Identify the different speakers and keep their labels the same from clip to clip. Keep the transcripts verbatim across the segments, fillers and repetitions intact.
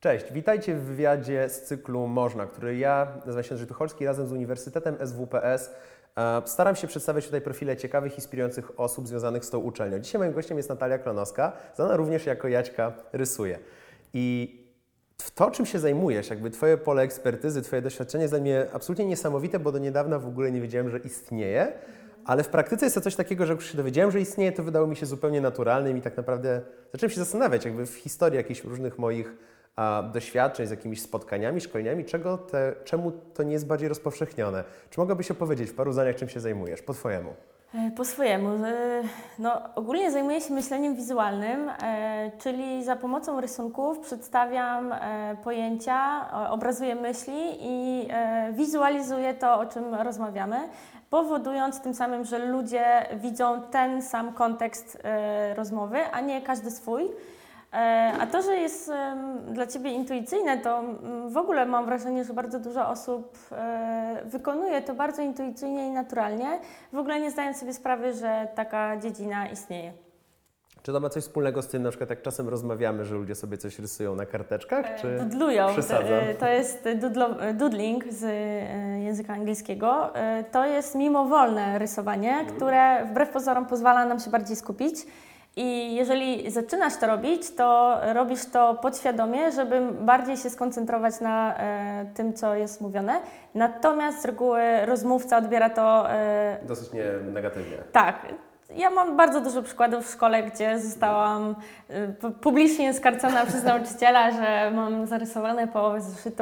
Speaker 1: Cześć, witajcie w wywiadzie z cyklu Można, który ja, nazywam się Andrzej Tucholski, razem z Uniwersytetem S W P S staram się przedstawiać tutaj profile ciekawych, inspirujących osób związanych z tą uczelnią. Dzisiaj moim gościem jest Natalia Klonowska, znana również jako Jaćka Rysuje. I w to, czym się zajmujesz, jakby Twoje pole ekspertyzy, Twoje doświadczenie jest dla mnie absolutnie niesamowite, bo do niedawna w ogóle nie wiedziałem, że istnieje, ale w praktyce jest to coś takiego, że jak już się dowiedziałem, że istnieje, to wydało mi się zupełnie naturalnym i tak naprawdę zacząłem się zastanawiać jakby w historii jakichś różnych moich a, doświadczeń z jakimiś spotkaniami, szkoleniami, czego te, czemu to nie jest bardziej rozpowszechnione. Czy mogłabyś opowiedzieć w paru zdaniach, czym się zajmujesz, po Twojemu?
Speaker 2: Po swojemu. No, ogólnie zajmuję się myśleniem wizualnym, czyli za pomocą rysunków przedstawiam pojęcia, obrazuję myśli i wizualizuję to, o czym rozmawiamy, powodując tym samym, że ludzie widzą ten sam kontekst rozmowy, a nie każdy swój. A to, że jest dla Ciebie intuicyjne, to w ogóle mam wrażenie, że bardzo dużo osób wykonuje to bardzo intuicyjnie i naturalnie, w ogóle nie zdając sobie sprawy, że taka dziedzina istnieje.
Speaker 1: Czy to ma coś wspólnego z tym, na przykład jak czasem rozmawiamy, że ludzie sobie coś rysują na karteczkach, czy
Speaker 2: Dudlują.
Speaker 1: przesadzam?
Speaker 2: To jest dudlo, doodling z języka angielskiego. To jest mimowolne rysowanie, które wbrew pozorom pozwala nam się bardziej skupić. I jeżeli zaczynasz to robić, to robisz to podświadomie, żeby bardziej się skoncentrować na e, tym, co jest mówione. Natomiast z reguły rozmówca odbiera to... E,
Speaker 1: Dosyć nie negatywnie.
Speaker 2: Tak. Ja mam bardzo dużo przykładów w szkole, gdzie zostałam e, publicznie skarcona przez nauczyciela, że mam zarysowane połowę zeszytu.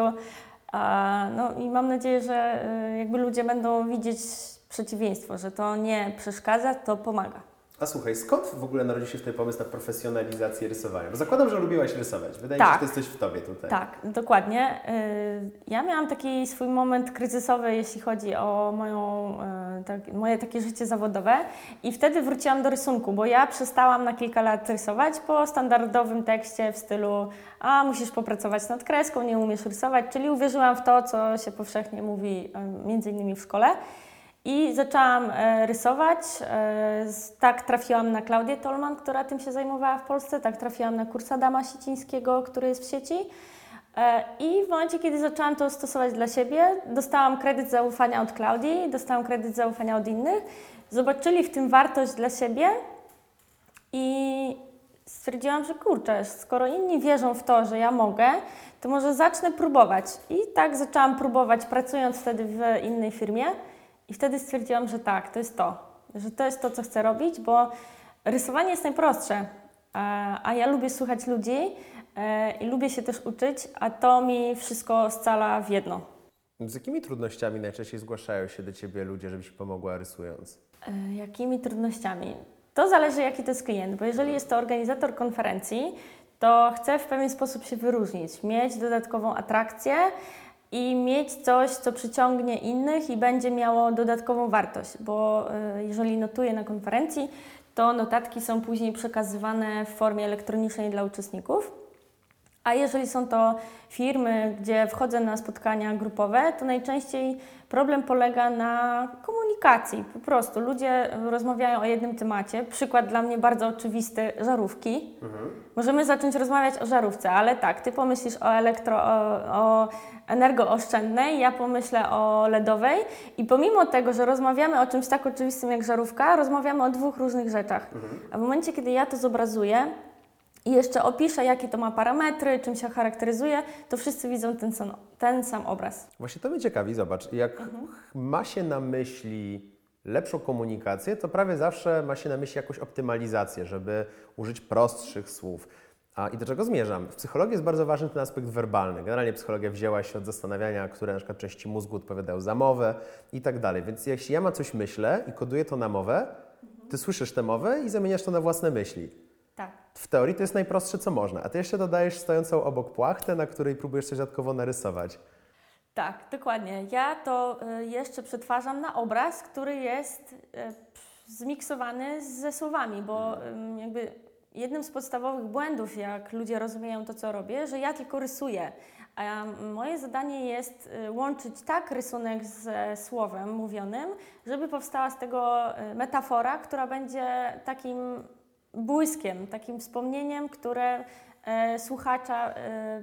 Speaker 2: A, no i mam nadzieję, że e, jakby ludzie będą widzieć przeciwieństwo, że to nie przeszkadza, to pomaga.
Speaker 1: A słuchaj, skąd w ogóle narodził się tutaj pomysł na profesjonalizację rysowania? Bo zakładam, że lubiłaś rysować. Wydaje
Speaker 2: tak.
Speaker 1: mi się, że to jest coś w Tobie tutaj.
Speaker 2: Tak, dokładnie. Ja miałam taki swój moment kryzysowy, jeśli chodzi o moją, tak, moje takie życie zawodowe i wtedy wróciłam do rysunku, bo ja przestałam na kilka lat rysować po standardowym tekście w stylu a musisz popracować nad kreską, nie umiesz rysować, czyli uwierzyłam w to, co się powszechnie mówi między innymi w szkole. I zaczęłam e, rysować, e, tak trafiłam na Klaudię Tolman, która tym się zajmowała w Polsce, tak trafiłam na kurs Adama Sicińskiego, który jest w sieci e, i w momencie, kiedy zaczęłam to stosować dla siebie, dostałam kredyt zaufania od Klaudii, dostałam kredyt zaufania od innych, zobaczyli w tym wartość dla siebie i stwierdziłam, że kurczę, skoro inni wierzą w to, że ja mogę, to może zacznę próbować i tak zaczęłam próbować, pracując wtedy w innej firmie. I wtedy stwierdziłam, że tak, to jest to, że to jest to, co chcę robić, bo rysowanie jest najprostsze, a, a ja lubię słuchać ludzi e, i lubię się też uczyć, a to mi wszystko scala w jedno.
Speaker 1: Z jakimi trudnościami najczęściej zgłaszają się do Ciebie ludzie, żebyś pomogła rysując?
Speaker 2: E, jakimi trudnościami? To zależy, jaki to jest klient, bo jeżeli jest to organizator konferencji, to chcę w pewien sposób się wyróżnić, mieć dodatkową atrakcję, i mieć coś, co przyciągnie innych i będzie miało dodatkową wartość, bo y, jeżeli notuję na konferencji, to notatki są później przekazywane w formie elektronicznej dla uczestników, a jeżeli są to firmy, gdzie wchodzę na spotkania grupowe, to najczęściej problem polega na komunikacji. Po prostu ludzie rozmawiają o jednym temacie. Przykład dla mnie bardzo oczywisty, żarówki. Mhm. Możemy zacząć rozmawiać o żarówce, ale tak, Ty pomyślisz o elektro, o, o energooszczędnej, ja pomyślę o ledowej i pomimo tego, że rozmawiamy o czymś tak oczywistym jak żarówka, rozmawiamy o dwóch różnych rzeczach. Mhm. A w momencie, kiedy ja to zobrazuję, i jeszcze opiszę, jakie to ma parametry, czym się charakteryzuje, to wszyscy widzą ten sam, ten sam obraz.
Speaker 1: Właśnie to mnie ciekawi, zobacz, jak mhm. ma się na myśli lepszą komunikację, to prawie zawsze ma się na myśli jakąś optymalizację, żeby użyć prostszych słów. A i do czego zmierzam? W psychologii jest bardzo ważny ten aspekt werbalny. Generalnie psychologia wzięła się od zastanawiania, które na przykład części mózgu odpowiadają za mowę i tak dalej. Więc jeśli ja ma coś myślę i koduję to na mowę, Ty słyszysz tę mowę i zamieniasz to na własne myśli.
Speaker 2: Tak.
Speaker 1: W teorii to jest najprostsze, co można, a Ty jeszcze dodajesz stojącą obok płachtę, na której próbujesz coś dodatkowo narysować.
Speaker 2: Tak, dokładnie. Ja to y, jeszcze przetwarzam na obraz, który jest y, zmiksowany ze słowami, bo y, jakby jednym z podstawowych błędów, jak ludzie rozumieją to, co robię, że ja tylko rysuję, a moje zadanie jest y, łączyć tak rysunek z słowem mówionym, żeby powstała z tego y, metafora, która będzie takim błyskiem, takim wspomnieniem, które e, słuchacza e,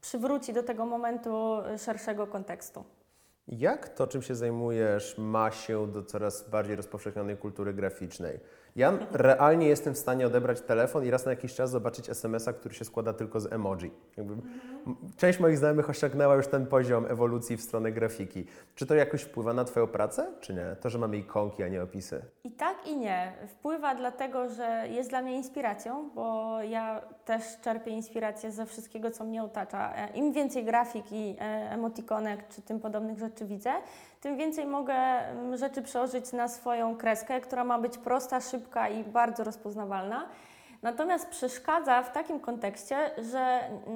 Speaker 2: przywróci do tego momentu szerszego kontekstu.
Speaker 1: Jak to, czym się zajmujesz, ma się do coraz bardziej rozpowszechnionej kultury graficznej? Ja realnie jestem w stanie odebrać telefon i raz na jakiś czas zobaczyć es em es a, który się składa tylko z emoji. Jakby część moich znajomych osiągnęła już ten poziom ewolucji w stronę grafiki. Czy to jakoś wpływa na Twoją pracę, czy nie? To, że mamy ikonki, a nie opisy.
Speaker 2: I tak i nie. Wpływa dlatego, że jest dla mnie inspiracją, bo ja też czerpię inspirację ze wszystkiego, co mnie otacza. Im więcej grafiki, emotikonek czy tym podobnych rzeczy widzę, tym więcej mogę rzeczy przełożyć na swoją kreskę, która ma być prosta, szybka i bardzo rozpoznawalna. Natomiast przeszkadza w takim kontekście, że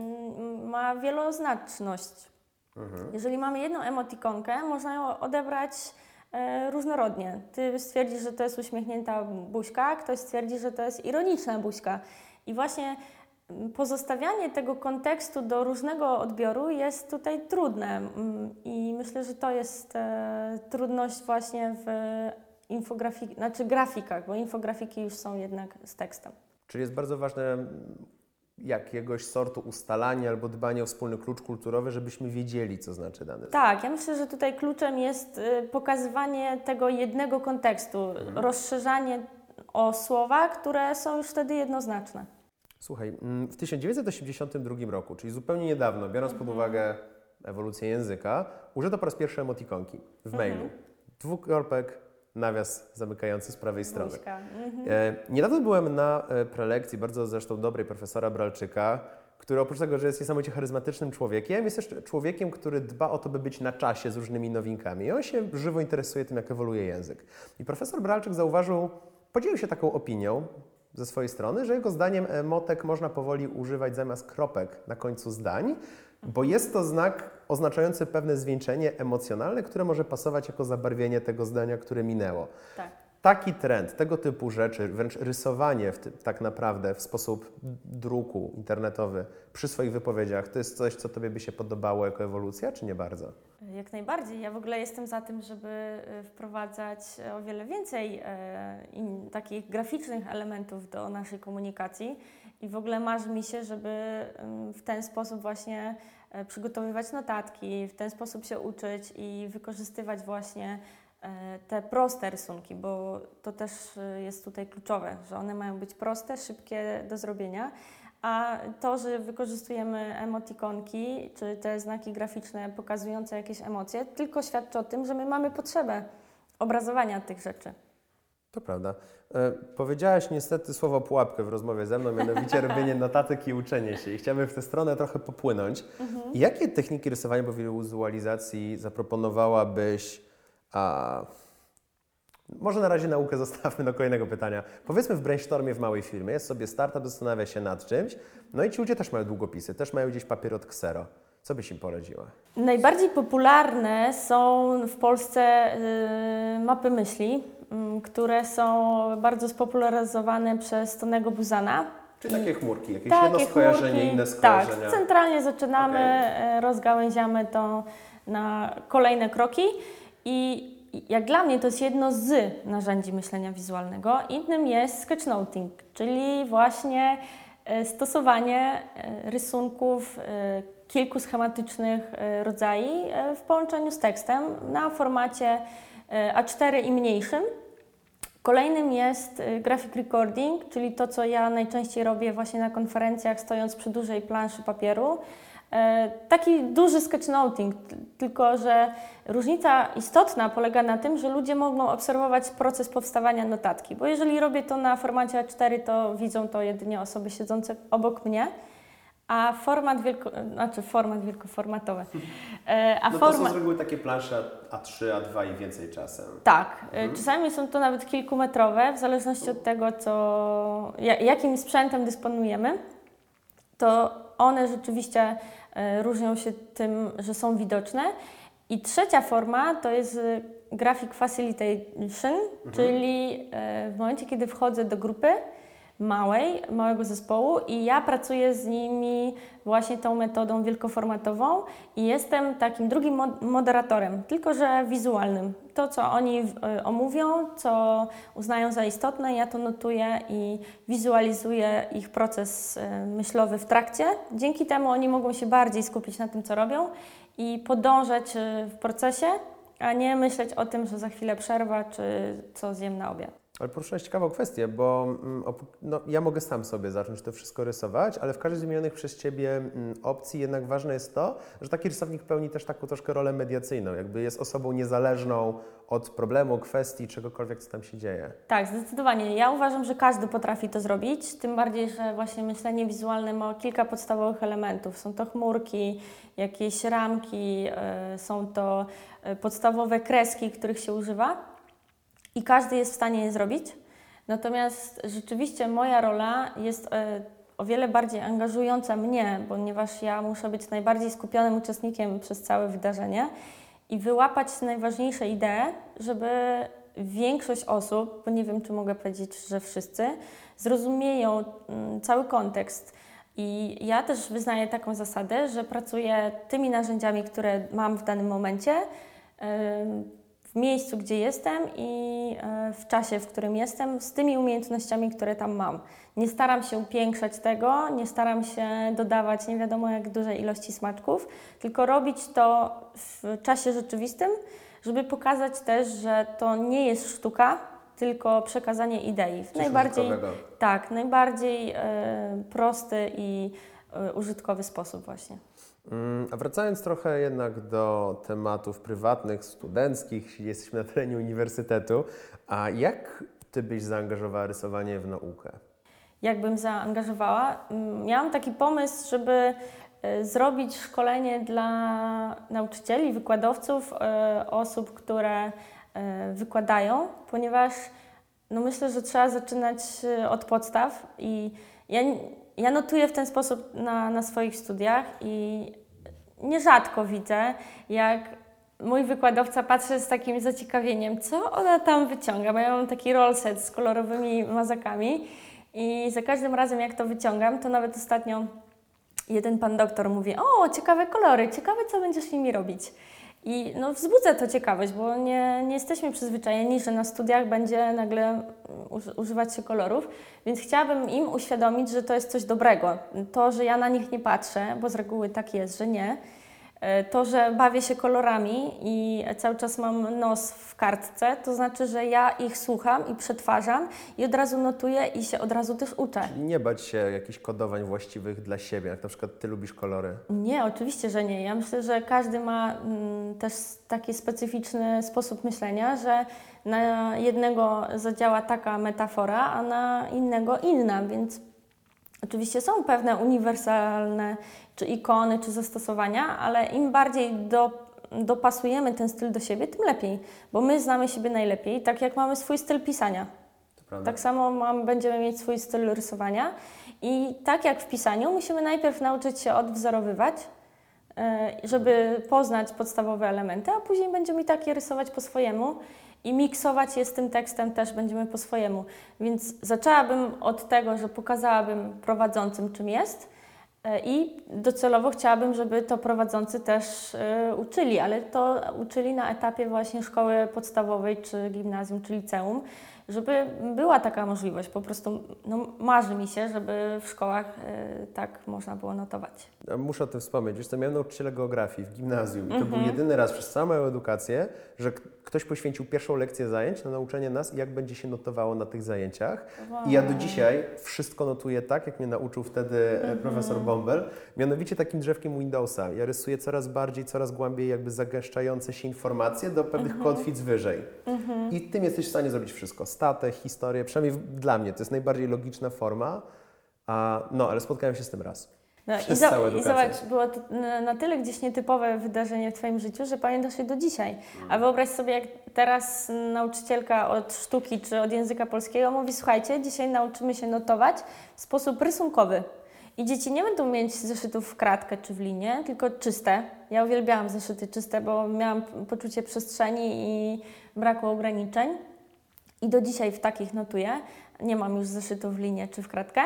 Speaker 2: ma wieloznaczność. Mhm. Jeżeli mamy jedną emotikonkę, można ją odebrać e, różnorodnie. Ty stwierdzisz, że to jest uśmiechnięta buźka, ktoś stwierdzi, że to jest ironiczna buźka. I właśnie pozostawianie tego kontekstu do różnego odbioru jest tutaj trudne. I myślę, że to jest e, trudność właśnie w infografik, znaczy grafikach, bo infografiki już są jednak z tekstem.
Speaker 1: Czyli jest bardzo ważne jakiegoś sortu ustalanie albo dbanie o wspólny klucz kulturowy, żebyśmy wiedzieli, co znaczy dany.
Speaker 2: Tak, ja myślę, że tutaj kluczem jest pokazywanie tego jednego kontekstu, mhm. rozszerzanie o słowa, które są już wtedy jednoznaczne.
Speaker 1: Słuchaj, w tysiąc dziewięćset osiemdziesiątym drugim roku, czyli zupełnie niedawno, biorąc mhm. pod uwagę ewolucję języka, użyto po raz pierwszy emotikonki w mhm. mailu. Dwukropek, nawias zamykający z prawej strony. Mhm. E, niedawno byłem na e, prelekcji, bardzo zresztą dobrej, profesora Bralczyka, który oprócz tego, że jest niesamowicie charyzmatycznym człowiekiem, jest też człowiekiem, który dba o to, by być na czasie z różnymi nowinkami. I on się żywo interesuje tym, jak ewoluuje język. I profesor Bralczyk zauważył, podzielił się taką opinią ze swojej strony, że jego zdaniem emotek można powoli używać zamiast kropek na końcu zdań, bo jest to znak oznaczający pewne zwieńczenie emocjonalne, które może pasować jako zabarwienie tego zdania, które minęło.
Speaker 2: Tak.
Speaker 1: Taki trend, tego typu rzeczy, wręcz rysowanie w ty, tak naprawdę w sposób druku internetowy przy swoich wypowiedziach, to jest coś, co Tobie by się podobało jako ewolucja, czy nie bardzo?
Speaker 2: Jak najbardziej. Ja w ogóle jestem za tym, żeby wprowadzać o wiele więcej e, in, takich graficznych elementów do naszej komunikacji i w ogóle marzy mi się, żeby w ten sposób właśnie przygotowywać notatki, w ten sposób się uczyć i wykorzystywać właśnie te proste rysunki, bo to też jest tutaj kluczowe, że one mają być proste, szybkie do zrobienia, a to, że wykorzystujemy emotikonki, czy te znaki graficzne pokazujące jakieś emocje, tylko świadczy o tym, że my mamy potrzebę obrazowania tych rzeczy.
Speaker 1: To prawda. E, powiedziałaś niestety słowo pułapkę w rozmowie ze mną, mianowicie robienie notatek i uczenie się. I chciałabym w tę stronę trochę popłynąć. Mhm. Jakie techniki rysowania po wizualizacji zaproponowałabyś? A może na razie naukę zostawmy do kolejnego pytania. Powiedzmy w brainstormie w małej firmie, jest sobie startup, zastanawia się nad czymś, no i ci ludzie też mają długopisy, też mają gdzieś papier od ksero. Co byś im poradziła?
Speaker 2: Najbardziej popularne są w Polsce y, mapy myśli, y, które są bardzo spopularyzowane przez Tonego Buzana.
Speaker 1: Czyli takie chmurki, jakieś takie jedno skojarzenie, chmurki, inne skojarzenia.
Speaker 2: Tak, centralnie zaczynamy, okay. rozgałęziamy to na kolejne kroki. I jak dla mnie to jest jedno z narzędzi myślenia wizualnego. Innym jest sketchnoting, czyli właśnie stosowanie rysunków kilku schematycznych rodzajów w połączeniu z tekstem na formacie A cztery i mniejszym. Kolejnym jest graphic recording, czyli to, co ja najczęściej robię właśnie na konferencjach, stojąc przy dużej planszy papieru. Taki duży sketchnoting, tylko że różnica istotna polega na tym, że ludzie mogą obserwować proces powstawania notatki, bo jeżeli robię to na formacie A cztery, to widzą to jedynie osoby siedzące obok mnie, a format wielko, znaczy format wielkoformatowy.
Speaker 1: A no to forma... są z reguły takie plansze A trzy, A dwa i więcej czasem.
Speaker 2: Tak, mhm. Czasami są to nawet kilkumetrowe, w zależności od tego, co, jakim sprzętem dysponujemy, to one rzeczywiście e, różnią się tym, że są widoczne. I trzecia forma to jest Graphic Facilitation, mhm. czyli e, w momencie, kiedy wchodzę do grupy, małej, małego zespołu i ja pracuję z nimi właśnie tą metodą wielkoformatową i jestem takim drugim mod- moderatorem, tylko że wizualnym. To, co oni y, omówią, co uznają za istotne, ja to notuję i wizualizuję ich proces y, myślowy w trakcie. Dzięki temu oni mogą się bardziej skupić na tym, co robią i podążać y, w procesie, a nie myśleć o tym, że za chwilę przerwa, czy co zjem na obiad.
Speaker 1: Ale poruszyłeś ciekawą kwestię, bo mm, op- no, ja mogę sam sobie zacząć to wszystko rysować, ale w każdej z wymienionych przez Ciebie mm, opcji jednak ważne jest to, że taki rysownik pełni też taką troszkę rolę mediacyjną, jakby jest osobą niezależną od problemu, kwestii, czegokolwiek, co tam się dzieje.
Speaker 2: Tak, zdecydowanie. Ja uważam, że każdy potrafi to zrobić, tym bardziej, że właśnie myślenie wizualne ma kilka podstawowych elementów. Są to chmurki, jakieś ramki, yy, są to yy, podstawowe kreski, których się używa. I każdy jest w stanie je zrobić. Natomiast rzeczywiście moja rola jest e, o wiele bardziej angażująca mnie, ponieważ ja muszę być najbardziej skupionym uczestnikiem przez całe wydarzenie i wyłapać najważniejsze idee, żeby większość osób, bo nie wiem, czy mogę powiedzieć, że wszyscy, zrozumieją mm, cały kontekst. I ja też wyznaję taką zasadę, że pracuję tymi narzędziami, które mam w danym momencie, w miejscu, gdzie jestem i w czasie, w którym jestem, z tymi umiejętnościami, które tam mam. Nie staram się upiększać tego, nie staram się dodawać nie wiadomo jak dużej ilości smaczków, tylko robić to w czasie rzeczywistym, żeby pokazać też, że to nie jest sztuka, tylko przekazanie idei. W najbardziej, tak, najbardziej e, prosty i e, użytkowy sposób właśnie.
Speaker 1: A wracając trochę jednak do tematów prywatnych, studenckich, jeśli jesteśmy na terenie uniwersytetu, a jak Ty byś zaangażowała rysowanie w naukę?
Speaker 2: Jakbym zaangażowała? Miałam taki pomysł, żeby zrobić szkolenie dla nauczycieli, wykładowców, osób, które wykładają, ponieważ no myślę, że trzeba zaczynać od podstaw i ja Ja notuję w ten sposób na, na swoich studiach i nierzadko widzę, jak mój wykładowca patrzy z takim zaciekawieniem, co ona tam wyciąga, bo ja mam taki roll set z kolorowymi mazakami i za każdym razem jak to wyciągam, to nawet ostatnio jeden pan doktor mówi, o ciekawe kolory, ciekawe co będziesz nimi robić. I no, wzbudza to ciekawość, bo nie, nie jesteśmy przyzwyczajeni, że na studiach będzie nagle używać się kolorów, więc chciałabym im uświadomić, że to jest coś dobrego. To, że ja na nich nie patrzę, bo z reguły tak jest, że nie. To, że bawię się kolorami i cały czas mam nos w kartce, to znaczy, że ja ich słucham i przetwarzam i od razu notuję i się od razu też uczę.
Speaker 1: Czyli nie bać się jakichś kodowań właściwych dla siebie, jak na przykład Ty lubisz kolory?
Speaker 2: Nie, oczywiście, że nie. Ja myślę, że każdy ma mm, też taki specyficzny sposób myślenia, że na jednego zadziała taka metafora, a na innego inna, więc oczywiście są pewne uniwersalne czy ikony, czy zastosowania, ale im bardziej do, dopasujemy ten styl do siebie, tym lepiej, bo my znamy siebie najlepiej, tak jak mamy swój styl pisania. Tak samo mam, będziemy mieć swój styl rysowania i tak jak w pisaniu musimy najpierw nauczyć się odwzorowywać, żeby poznać podstawowe elementy, a później będziemy i takie rysować po swojemu i miksować je z tym tekstem też będziemy po swojemu. Więc zaczęłabym od tego, że pokazałabym prowadzącym, czym jest i docelowo chciałabym, żeby to prowadzący też y, uczyli, ale to uczyli na etapie właśnie szkoły podstawowej, czy gimnazjum, czy liceum, żeby była taka możliwość. Po prostu no, marzy mi się, żeby w szkołach y, tak można było notować.
Speaker 1: Muszę o tym wspomnieć. Wiesz co, miałem nauczyciela geografii w gimnazjum i to
Speaker 2: Mhm.
Speaker 1: był jedyny raz przez całą moją edukację, że k- ktoś poświęcił pierwszą lekcję zajęć na nauczenie nas, jak będzie się notowało na tych zajęciach.
Speaker 2: Wow.
Speaker 1: I ja do dzisiaj wszystko notuję tak, jak mnie nauczył wtedy
Speaker 2: Mhm.
Speaker 1: profesor Bąbel. Mianowicie takim drzewkiem Windowsa. Ja rysuję coraz bardziej, coraz głębiej jakby zagęszczające się informacje do pewnych
Speaker 2: Mhm.
Speaker 1: kotwic wyżej.
Speaker 2: Mhm.
Speaker 1: I tym jesteś w stanie zrobić wszystko. Statę, historię, przynajmniej w- dla mnie to jest najbardziej logiczna forma. A, no, ale spotkałem się z tym raz.
Speaker 2: No
Speaker 1: Przez
Speaker 2: i, zo-
Speaker 1: całą
Speaker 2: I
Speaker 1: edukację.
Speaker 2: zobacz, było to na, na tyle gdzieś nietypowe wydarzenie w Twoim życiu, że pamiętasz je do dzisiaj. A wyobraź sobie, jak teraz nauczycielka od sztuki czy od języka polskiego mówi, słuchajcie, dzisiaj nauczymy się notować w sposób rysunkowy. I dzieci nie będą mieć zeszytów w kratkę czy w linię, tylko czyste. Ja uwielbiałam zeszyty czyste, bo miałam poczucie przestrzeni i braku ograniczeń. I do dzisiaj w takich notuję, Nie mam już zeszytu w linię czy w kratkę.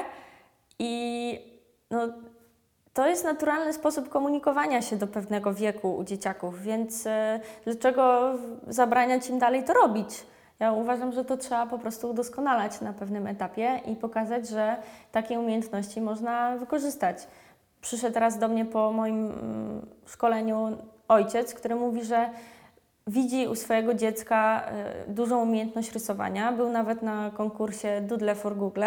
Speaker 2: I no, to jest naturalny sposób komunikowania się do pewnego wieku u dzieciaków, więc y, dlaczego zabraniać im dalej to robić? Ja uważam, że to trzeba po prostu udoskonalać na pewnym etapie i pokazać, że takie umiejętności można wykorzystać. Przyszedł teraz do mnie po moim mm, szkoleniu ojciec, który mówi, że widzi u swojego dziecka y, dużą umiejętność rysowania. Był nawet na konkursie Doodle for Google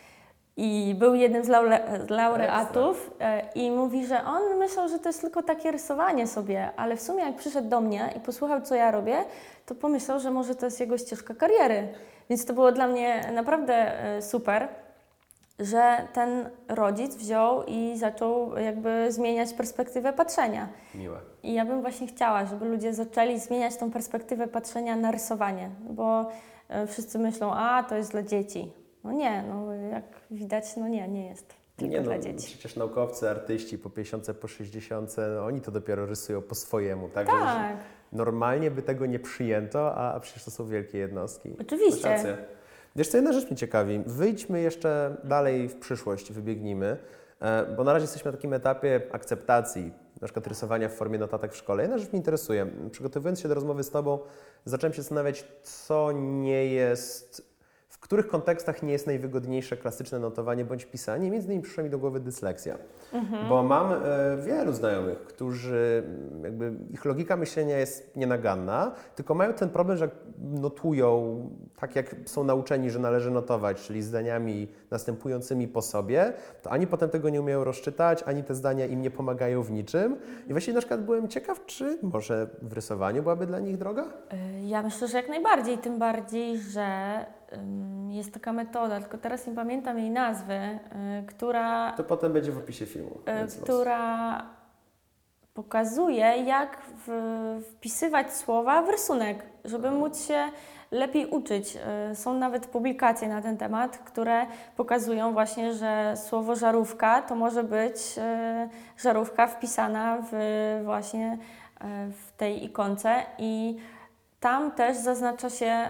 Speaker 2: i był jednym z, laure, z laureatów y, i mówi, że on myślał, że to jest tylko takie rysowanie sobie, ale w sumie jak przyszedł do mnie i posłuchał, co ja robię, to pomyślał, że może to jest jego ścieżka kariery. Więc to było dla mnie naprawdę y, super, że ten rodzic wziął i zaczął jakby zmieniać perspektywę patrzenia.
Speaker 1: Miłe.
Speaker 2: I ja bym właśnie chciała, żeby ludzie zaczęli zmieniać tą perspektywę patrzenia na rysowanie, bo y, wszyscy myślą, a to jest dla dzieci. No nie, no jak widać, no nie, nie jest tylko
Speaker 1: nie, no,
Speaker 2: dla dzieci.
Speaker 1: Przecież naukowcy, artyści po pięćdziesiątce, po sześćdziesiątce, no, oni to dopiero rysują po swojemu. Tak.
Speaker 2: Tak.
Speaker 1: Normalnie by tego nie przyjęto, a, a przecież to są wielkie jednostki.
Speaker 2: Oczywiście.
Speaker 1: Masz rację. Wiesz co, jedna rzecz mnie ciekawi. Wyjdźmy jeszcze dalej w przyszłość, wybiegnijmy, bo na razie jesteśmy na takim etapie akceptacji, na przykład rysowania w formie notatek w szkole. Jedna rzecz mnie interesuje. Przygotowując się do rozmowy z Tobą, zacząłem się zastanawiać, co nie jest, w których kontekstach nie jest najwygodniejsze klasyczne notowanie bądź pisanie. Między innymi przyszła mi do głowy dyslekcja. Mhm. Bo mam e, wielu znajomych, którzy jakby ich logika myślenia jest nienaganna, tylko mają ten problem, że notują tak jak są nauczeni, że należy notować, czyli zdaniami następującymi po sobie, to ani potem tego nie umieją rozczytać, ani te zdania im nie pomagają w niczym. I właśnie na przykład byłem ciekaw, czy może w rysowaniu byłaby dla nich droga?
Speaker 2: Ja myślę, że jak najbardziej, tym bardziej, że jest taka metoda, tylko teraz nie pamiętam jej nazwy, która...
Speaker 1: To potem będzie w opisie filmu.
Speaker 2: Która pokazuje, jak w, wpisywać słowa w rysunek, żeby móc się lepiej uczyć. Są nawet publikacje na ten temat, które pokazują właśnie, że słowo żarówka to może być żarówka wpisana w właśnie w tej ikonce i tam też zaznacza się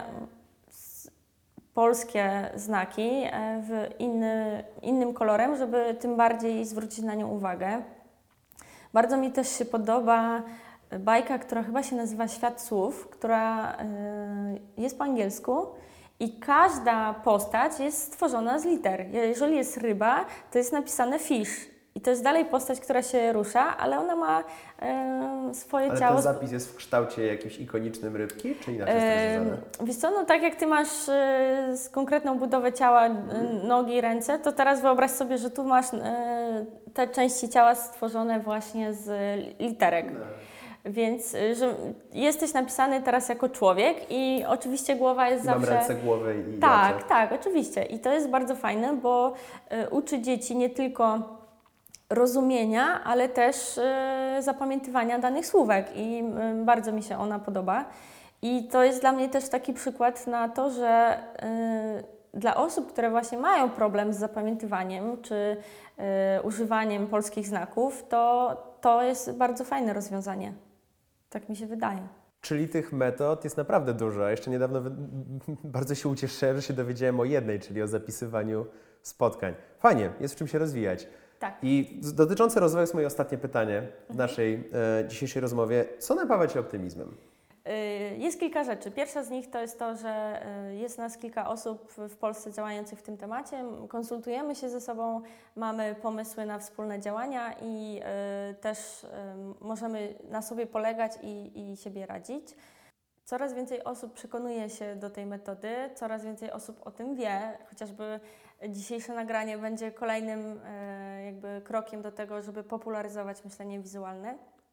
Speaker 2: polskie znaki w inny, innym kolorem, żeby tym bardziej zwrócić na nią uwagę. Bardzo mi też się podoba bajka, która chyba się nazywa Świat Słów, która jest po angielsku i każda postać jest stworzona z liter. Jeżeli jest ryba, to jest napisane fish. I to jest dalej postać, która się rusza, ale ona ma e, swoje
Speaker 1: ale
Speaker 2: ciało.
Speaker 1: Ale ten zapis jest w kształcie jakimś ikonicznym rybki, czy inaczej jest to związane?
Speaker 2: Wiesz co, no tak jak Ty masz e, konkretną budowę ciała, e, nogi, ręce, to teraz wyobraź sobie, że tu masz e, te części ciała stworzone właśnie z literek. No. Więc że jesteś napisany teraz jako człowiek i oczywiście głowa jest
Speaker 1: I
Speaker 2: zawsze...
Speaker 1: Mam ręce, głowę i
Speaker 2: Tak,
Speaker 1: oczy.
Speaker 2: tak, oczywiście. I to jest bardzo fajne, bo e, uczy dzieci nie tylko rozumienia, ale też y, zapamiętywania danych słówek i y, bardzo mi się ona podoba. I to jest dla mnie też taki przykład na to, że y, dla osób, które właśnie mają problem z zapamiętywaniem czy y, używaniem polskich znaków, to to jest bardzo fajne rozwiązanie. Tak mi się wydaje.
Speaker 1: Czyli tych metod jest naprawdę dużo. Jeszcze niedawno bardzo się ucieszyłem, że się dowiedziałem o jednej, czyli o zapisywaniu spotkań. Fajnie, jest w czym się rozwijać.
Speaker 2: Tak.
Speaker 1: I dotyczące rozwoju jest moje ostatnie pytanie w naszej e, dzisiejszej rozmowie. Co napawa Cię optymizmem?
Speaker 2: Jest kilka rzeczy. Pierwsza z nich to jest to, że jest nas kilka osób w Polsce działających w tym temacie. Konsultujemy się ze sobą, mamy pomysły na wspólne działania i też możemy na sobie polegać i, i siebie radzić. Coraz więcej osób przekonuje się do tej metody, coraz więcej osób o tym wie, chociażby dzisiejsze nagranie będzie kolejnym jakby krokiem do tego, żeby popularyzować myślenie wizualne.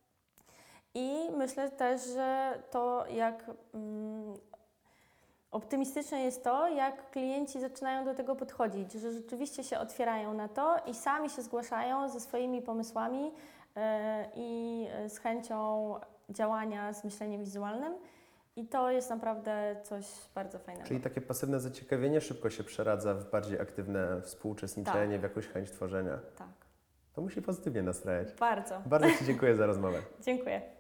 Speaker 2: I myślę też, że to jak mm, optymistyczne jest to, jak klienci zaczynają do tego podchodzić, że rzeczywiście się otwierają na to i sami się zgłaszają ze swoimi pomysłami yy, i z chęcią działania z myśleniem wizualnym. I to jest naprawdę coś bardzo fajnego.
Speaker 1: Czyli takie pasywne zaciekawienie szybko się przeradza w bardziej aktywne współuczestniczenie, tak. w jakąś chęć tworzenia.
Speaker 2: Tak.
Speaker 1: To musi pozytywnie nastrajać.
Speaker 2: Bardzo.
Speaker 1: Bardzo Ci dziękuję za rozmowę.
Speaker 2: Dziękuję.